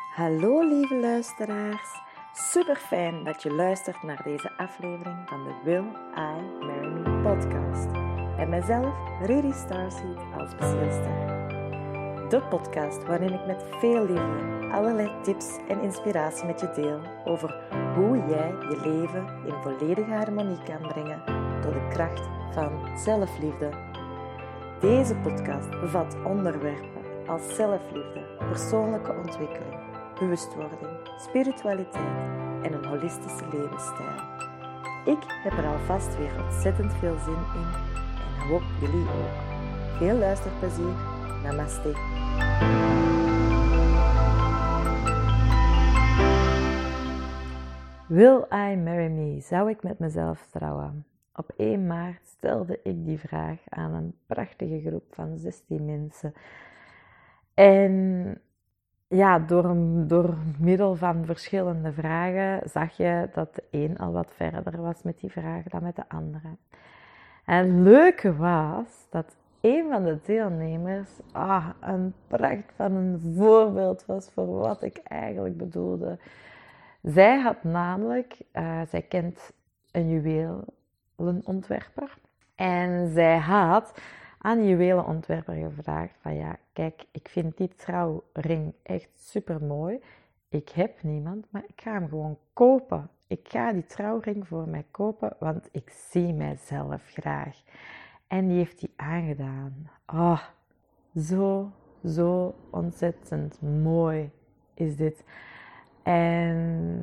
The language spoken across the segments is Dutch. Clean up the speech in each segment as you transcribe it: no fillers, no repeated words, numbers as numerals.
Hallo lieve luisteraars, super fijn dat je luistert naar deze aflevering van de Will I Marry Me podcast. En mijzelf, Riri Starseed, als speelster. De podcast waarin ik met veel liefde allerlei tips en inspiratie met je deel over hoe jij je leven in volledige harmonie kan brengen door de kracht van zelfliefde. Deze podcast bevat onderwerpen als zelfliefde, persoonlijke ontwikkeling, bewustwording, spiritualiteit en een holistische levensstijl. Ik heb er alvast weer ontzettend veel zin in en hoop jullie ook. Veel luisterplezier. Namaste. Will I marry me? Zou ik met mezelf trouwen? Op 1 maart stelde ik die vraag aan een prachtige groep van 16 mensen. En ja, door middel van verschillende vragen zag je dat de een al wat verder was met die vraag dan met de andere. En het leuke was dat een van de deelnemers een pracht van een voorbeeld was voor wat ik eigenlijk bedoelde. Zij had namelijk, zij kent een juwelenontwerper en zij had aan die juwelenontwerper gevraagd van ja, kijk, ik vind die trouwring echt super mooi. Ik heb niemand, maar ik ga hem gewoon kopen. Ik ga die trouwring voor mij kopen, want ik zie mijzelf graag. En die heeft die aangedaan. Zo ontzettend mooi is dit. En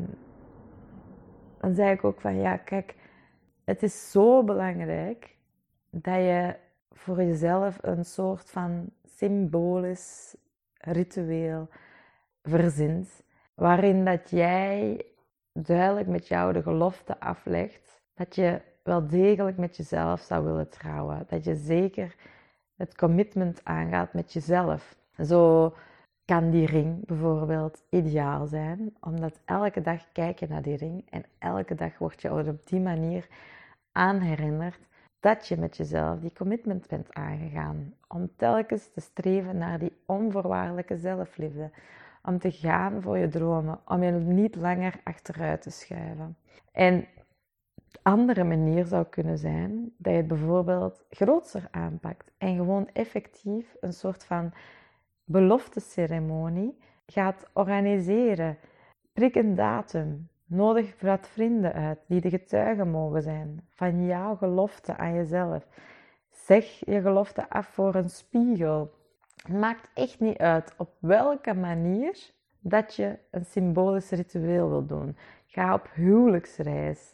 dan zei ik ook van ja, kijk, het is zo belangrijk dat je voor jezelf een soort van symbolisch ritueel verzint, waarin dat jij duidelijk met jou de gelofte aflegt dat je wel degelijk met jezelf zou willen trouwen. Dat je zeker het commitment aangaat met jezelf. Zo kan die ring bijvoorbeeld ideaal zijn, omdat elke dag kijk je naar die ring en elke dag word je op die manier aan herinnerd dat je met jezelf die commitment bent aangegaan. Om telkens te streven naar die onvoorwaardelijke zelfliefde. Om te gaan voor je dromen. Om je niet langer achteruit te schuiven. En een andere manier zou kunnen zijn dat je het bijvoorbeeld grootser aanpakt. En gewoon effectief een soort van belofteceremonie gaat organiseren. Prik een datum. Nodig wat vrienden uit die de getuigen mogen zijn van jouw gelofte aan jezelf. Zeg je gelofte af voor een spiegel. Het maakt echt niet uit op welke manier dat je een symbolisch ritueel wil doen. Ga op huwelijksreis.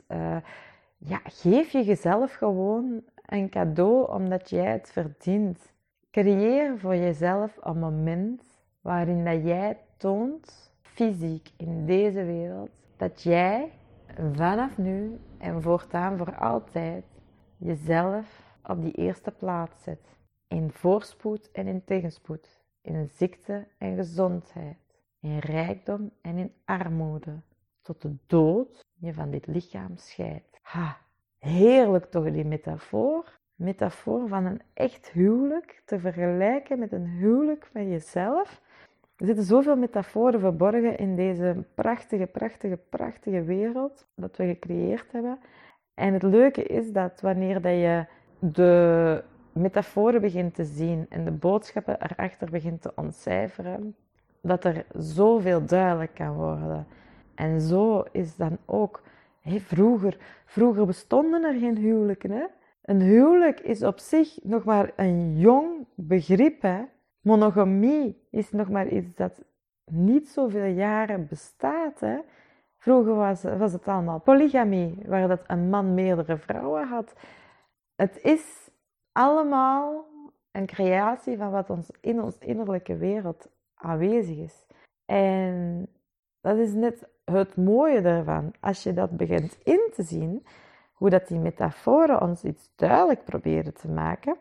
Geef jezelf gewoon een cadeau omdat jij het verdient. Creëer voor jezelf een moment waarin dat jij toont, fysiek in deze wereld, dat jij vanaf nu en voortaan voor altijd jezelf op die eerste plaats zet. In voorspoed en in tegenspoed. In ziekte en gezondheid. In rijkdom en in armoede. Tot de dood je van dit lichaam scheidt. Heerlijk toch die metafoor. Metafoor van een echt huwelijk te vergelijken met een huwelijk van jezelf. Er zitten zoveel metaforen verborgen in deze prachtige wereld dat we gecreëerd hebben. En het leuke is dat wanneer dat je de metaforen begint te zien en de boodschappen erachter begint te ontcijferen, dat er zoveel duidelijk kan worden. En zo is dan ook, vroeger bestonden er geen huwelijken. Hè? Een huwelijk is op zich nog maar een jong begrip. Hè? Monogamie is nog maar iets dat niet zoveel jaren bestaat. Hè? Vroeger was het allemaal polygamie, waar dat een man meerdere vrouwen had. Het is allemaal een creatie van wat in ons innerlijke wereld aanwezig is. En dat is net het mooie daarvan. Als je dat begint in te zien, hoe dat die metaforen ons iets duidelijk proberen te maken,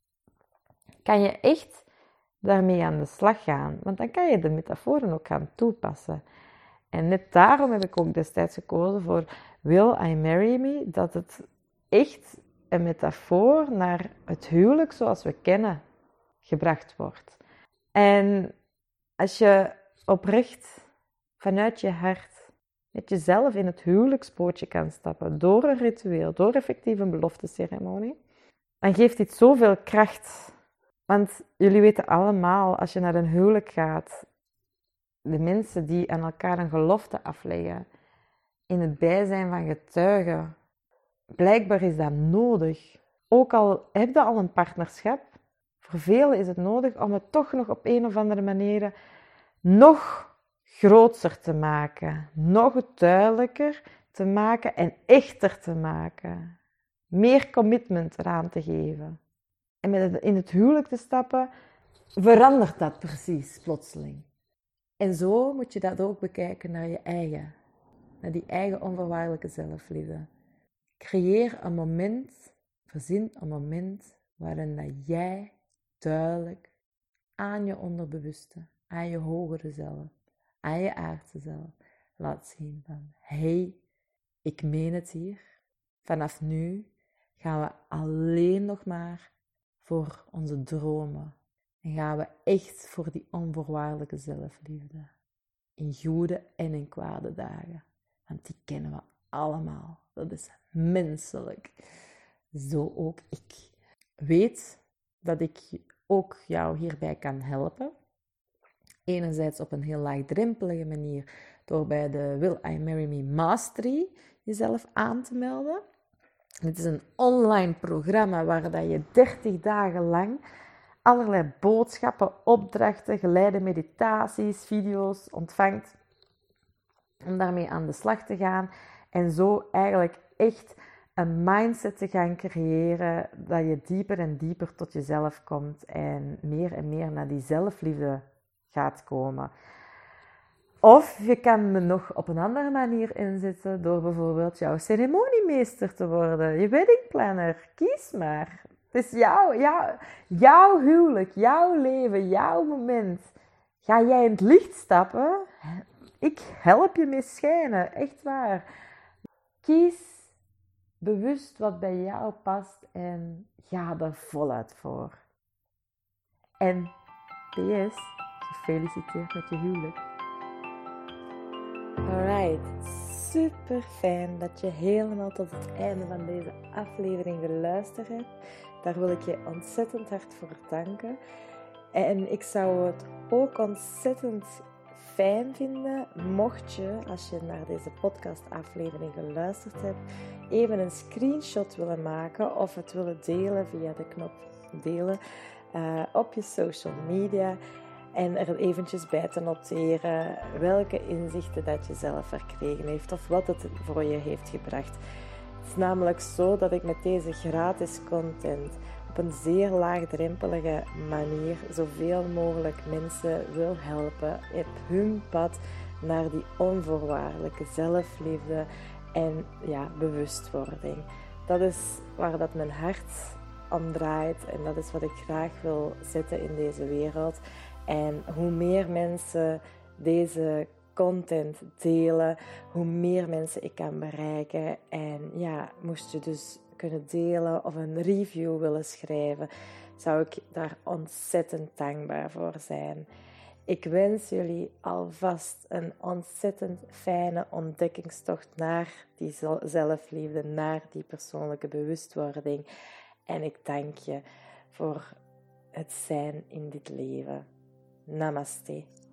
kan je echt daarmee aan de slag gaan. Want dan kan je de metaforen ook gaan toepassen. En net daarom heb ik ook destijds gekozen voor Will I Marry Me? Dat het echt een metafoor naar het huwelijk zoals we kennen gebracht wordt. En als je oprecht vanuit je hart, dat je zelf in het huwelijksbootje kan stappen door een ritueel, door effectief een belofteceremonie, dan geeft dit zoveel kracht. Want jullie weten allemaal, als je naar een huwelijk gaat, de mensen die aan elkaar een gelofte afleggen, in het bijzijn van getuigen, blijkbaar is dat nodig. Ook al heb je al een partnerschap, voor velen is het nodig om het toch nog op een of andere manier nog groter te maken, nog duidelijker te maken en echter te maken. Meer commitment eraan te geven. En met in het huwelijk te stappen, verandert dat precies plotseling. En zo moet je dat ook bekijken naar je eigen. Naar die eigen onvoorwaardelijke zelfliefde. Creëer een moment, verzin een moment waarin dat jij duidelijk aan je onderbewuste, aan je hogere zelf, aan je aardse zelf laat zien van hey, ik meen het hier. Vanaf nu gaan we alleen nog maar voor onze dromen. En gaan we echt voor die onvoorwaardelijke zelfliefde. In goede en in kwade dagen. Want die kennen we allemaal. Dat is menselijk. Zo ook ik. Weet dat ik ook jou hierbij kan helpen. Enerzijds op een heel laagdrempelige manier door bij de Will I Marry Me Mastery jezelf aan te melden. Dit is een online programma waar dat je 30 dagen lang allerlei boodschappen, opdrachten, geleide meditaties, video's ontvangt om daarmee aan de slag te gaan en zo eigenlijk echt een mindset te gaan creëren dat je dieper en dieper tot jezelf komt en meer naar die zelfliefde gaat komen. Of je kan me nog op een andere manier inzetten door bijvoorbeeld jouw ceremoniemeester te worden, je weddingplanner. Kies maar. Het is jouw huwelijk, jouw leven, jouw moment. Ga jij in het licht stappen? Ik help je mee schijnen, echt waar. Kies bewust wat bij jou past en ga er voluit voor. En PS, gefeliciteerd met je huwelijk. Alright, super fijn dat je helemaal tot het einde van deze aflevering geluisterd hebt. Daar wil ik je ontzettend hard voor danken. En ik zou het ook ontzettend fijn vinden mocht je, als je naar deze podcastaflevering geluisterd hebt, even een screenshot willen maken of het willen delen via de knop delen op je social media. En er eventjes bij te noteren welke inzichten dat je zelf verkregen heeft of wat het voor je heeft gebracht. Het is namelijk zo dat ik met deze gratis content op een zeer laagdrempelige manier zoveel mogelijk mensen wil helpen op hun pad naar die onvoorwaardelijke zelfliefde en bewustwording. Dat is waar dat mijn hart om draait en dat is wat ik graag wil zetten in deze wereld. En hoe meer mensen deze content delen, hoe meer mensen ik kan bereiken. En moest je dus kunnen delen of een review willen schrijven, zou ik daar ontzettend dankbaar voor zijn. Ik wens jullie alvast een ontzettend fijne ontdekkingstocht naar die zelfliefde, naar die persoonlijke bewustwording. En ik dank je voor het zijn in dit leven. Namaste.